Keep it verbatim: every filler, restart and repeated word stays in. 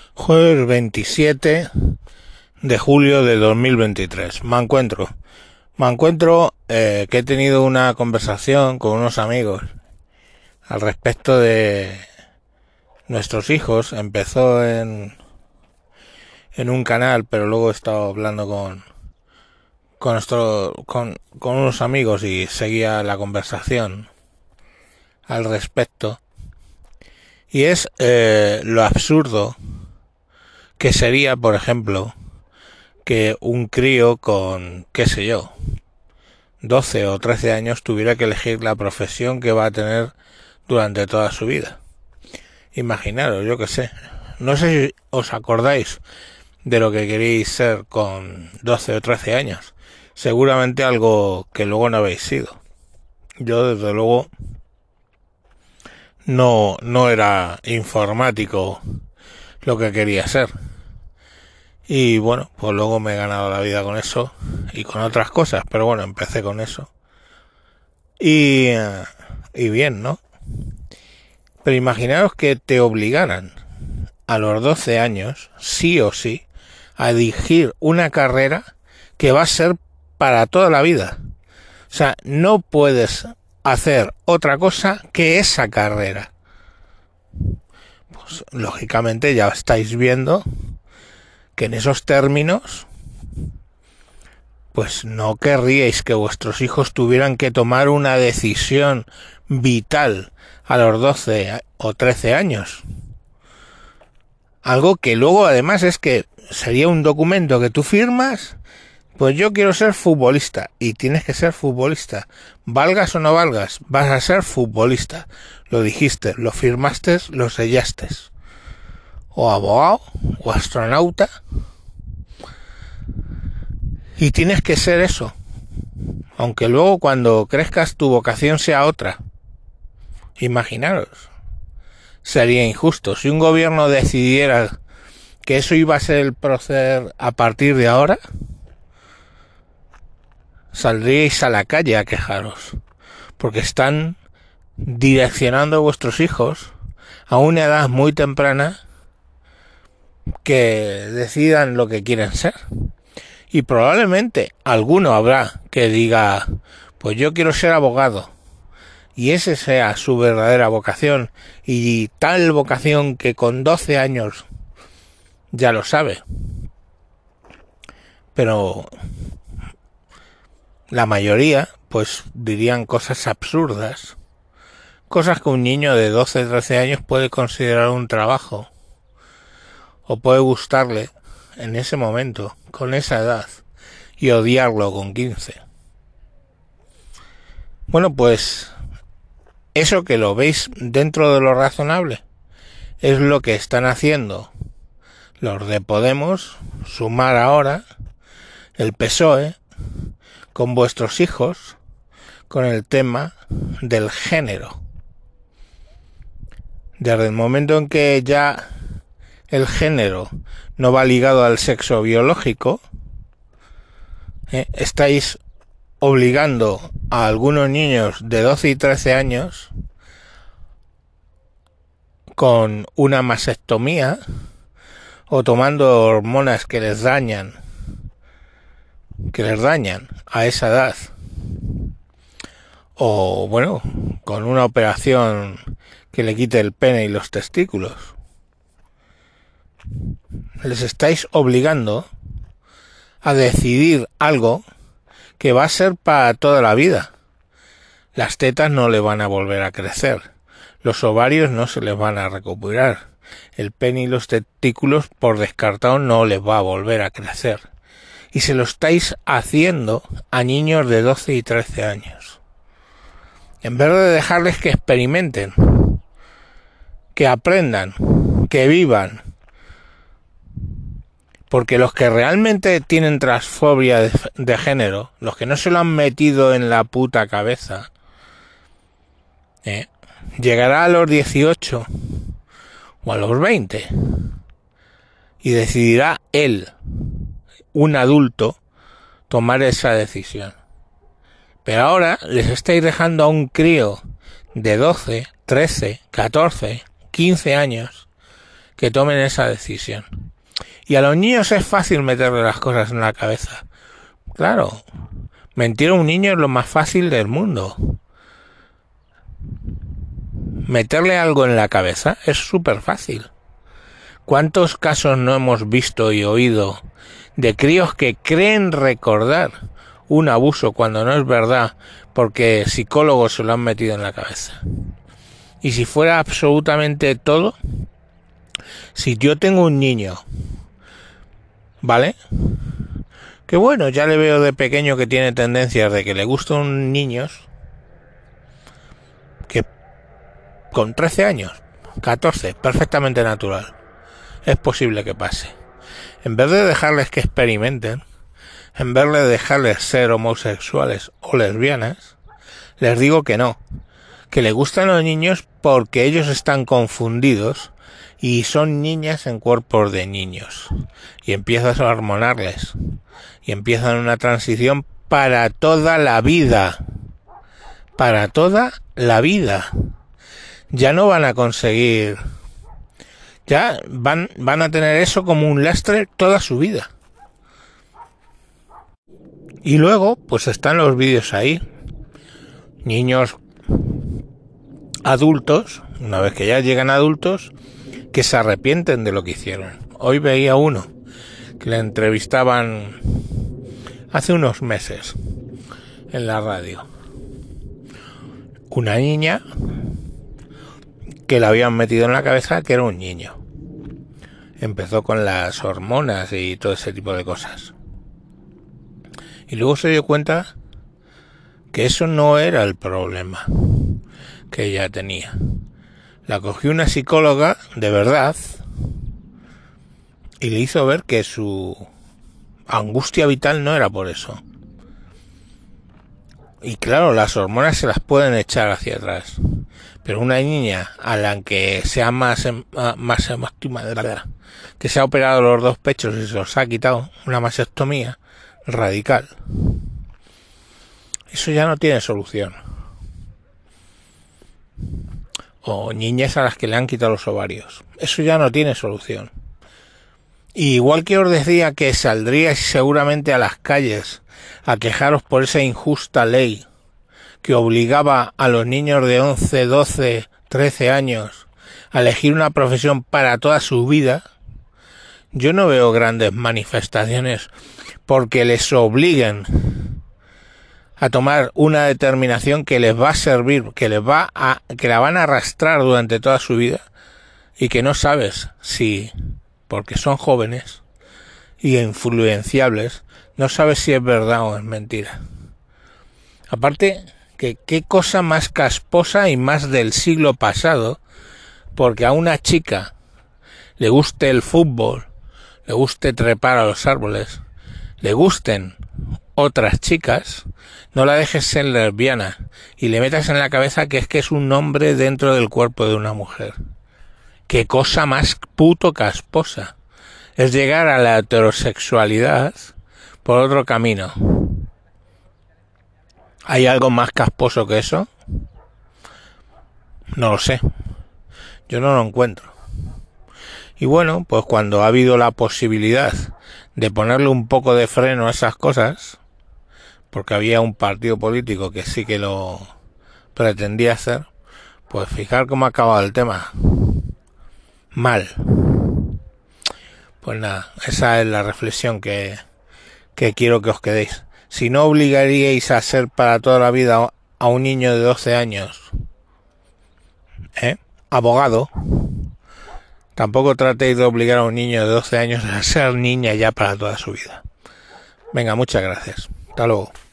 Jueves veintisiete de julio de dos mil veintitrés. Me encuentro. Me encuentro eh, que he tenido una conversación con unos amigos al respecto de nuestros hijos. Empezó en, en un canal, pero luego he estado hablando con con, nuestro, con, con unos amigos y seguía la conversación al respecto. Y es eh, lo absurdo que sería, por ejemplo, que un crío con, qué sé yo, doce o trece años tuviera que elegir la profesión que va a tener durante toda su vida. Imaginaros, yo qué sé. No sé si os acordáis de lo que queréis ser con doce o trece años. Seguramente algo que luego no habéis sido. Yo, desde luego, no, no era informático lo que quería ser. Y bueno, pues luego me he ganado la vida con eso y con otras cosas, pero bueno, empecé con eso. Y, y bien, ¿no? Pero imaginaos que te obligaran a los doce años, sí o sí, a elegir una carrera que va a ser para toda la vida. O sea, no puedes hacer otra cosa que esa carrera. Pues lógicamente ya estáis viendo que en esos términos pues no querríais que vuestros hijos tuvieran que tomar una decisión vital a los doce o trece años. Algo que luego además es que sería un documento que tú firmas, pues yo quiero ser futbolista y tienes que ser futbolista. Valgas o no valgas, vas a ser futbolista. Lo dijiste, lo firmaste, lo sellaste. O abogado, o astronauta. Y tienes que ser eso. Aunque luego cuando crezcas tu vocación sea otra. Imaginaros. Sería injusto. Si un gobierno decidiera que eso iba a ser el proceder a partir de ahora, saldríais a la calle a quejaros. Porque están direccionando a vuestros hijos a una edad muy temprana que decidan lo que quieren ser. Y probablemente alguno habrá que diga, pues yo quiero ser abogado. Y ese sea su verdadera vocación. Y tal vocación que con doce años ya lo sabe. Pero la mayoría, pues dirían cosas absurdas. Cosas que un niño de doce o trece años puede considerar un trabajo. O puede gustarle en ese momento, con esa edad. Y odiarlo con quince. Bueno, pues eso que lo veis dentro de lo razonable es lo que están haciendo los de Podemos, Sumar ahora, el P S O E, con vuestros hijos, con el tema del género. Desde el momento en que ya el género no va ligado al sexo biológico, eh, estáis obligando a algunos niños de doce y trece años con una mastectomía o tomando hormonas que les dañan que les dañan a esa edad, o bueno, con una operación que le quite el pene y los testículos. Les estáis obligando a decidir algo que va a ser para toda la vida. Las tetas no le van a volver a crecer, los ovarios no se les van a recuperar, el pene y los testículos por descartado no les va a volver a crecer. Y se lo estáis haciendo a niños de doce y trece años. En vez de dejarles que experimenten, que aprendan, que vivan. Porque los que realmente tienen transfobia de, de género, los que no se lo han metido en la puta cabeza, eh, llegará a los dieciocho o a los veinte y decidirá él, un adulto, tomar esa decisión. Pero ahora les estáis dejando a un crío de doce, trece, catorce, quince años que tomen esa decisión. Y a los niños es fácil meterle las cosas en la cabeza. Claro, mentir a un niño es lo más fácil del mundo. Meterle algo en la cabeza es súper fácil. ¿Cuántos casos no hemos visto y oído de críos que creen recordar un abuso cuando no es verdad porque psicólogos se lo han metido en la cabeza? Y si fuera absolutamente todo, si yo tengo un niño, ¿vale? Que bueno, ya le veo de pequeño que tiene tendencias de que le gustan niños, que con trece años, catorce, perfectamente natural, es posible que pase. En vez de dejarles que experimenten, en vez de dejarles ser homosexuales o lesbianas, les digo que no, que le gustan los niños porque ellos están confundidos y son niñas en cuerpos de niños. Y empiezas a hormonarles. Y empiezan una transición para toda la vida. Para toda la vida. Ya no van a conseguir... Ya van, van a tener eso como un lastre toda su vida. Y luego, pues están los vídeos ahí. Niños adultos, una vez que ya llegan adultos, que se arrepienten de lo que hicieron. Hoy veía uno que le entrevistaban hace unos meses en la radio. Una niña que le habían metido en la cabeza que era un niño. Empezó con las hormonas y todo ese tipo de cosas. Y luego se dio cuenta que eso no era el problema que ella tenía. La cogió una psicóloga de verdad y le hizo ver que su angustia vital no era por eso. Y claro, las hormonas se las pueden echar hacia atrás, pero una niña a la que sea más más que se ha operado los dos pechos y se los ha quitado, una mastectomía radical, eso ya no tiene solución. O niñas a las que le han quitado los ovarios, eso ya no tiene solución. Y igual que os decía que saldríais seguramente a las calles a quejaros por esa injusta ley que obligaba a los niños de once, doce, trece años a elegir una profesión para toda su vida, yo no veo grandes manifestaciones porque les obliguen a tomar una determinación que les va a servir, que les va a, que la van a arrastrar durante toda su vida y que no sabes si, porque son jóvenes y influenciables, no sabes si es verdad o es mentira. Aparte, que qué cosa más casposa y más del siglo pasado, porque a una chica le guste el fútbol, le guste trepar a los árboles, le gusten otras chicas, no la dejes ser lesbiana y le metas en la cabeza que es que es un hombre dentro del cuerpo de una mujer. Qué cosa más puto casposa. Es llegar a la heterosexualidad por otro camino. ¿Hay algo más casposo que eso? No lo sé. Yo no lo encuentro. Y bueno, pues cuando ha habido la posibilidad de ponerle un poco de freno a esas cosas, porque había un partido político que sí que lo pretendía hacer, pues fijar cómo ha acabado el tema. Mal. Pues nada, esa es la reflexión que, que quiero que os quedéis. Si no obligaríais a ser para toda la vida a un niño de doce años, ¿eh? abogado, tampoco tratéis de obligar a un niño de doce años a ser niña ya para toda su vida. Venga, muchas gracias. Hasta luego.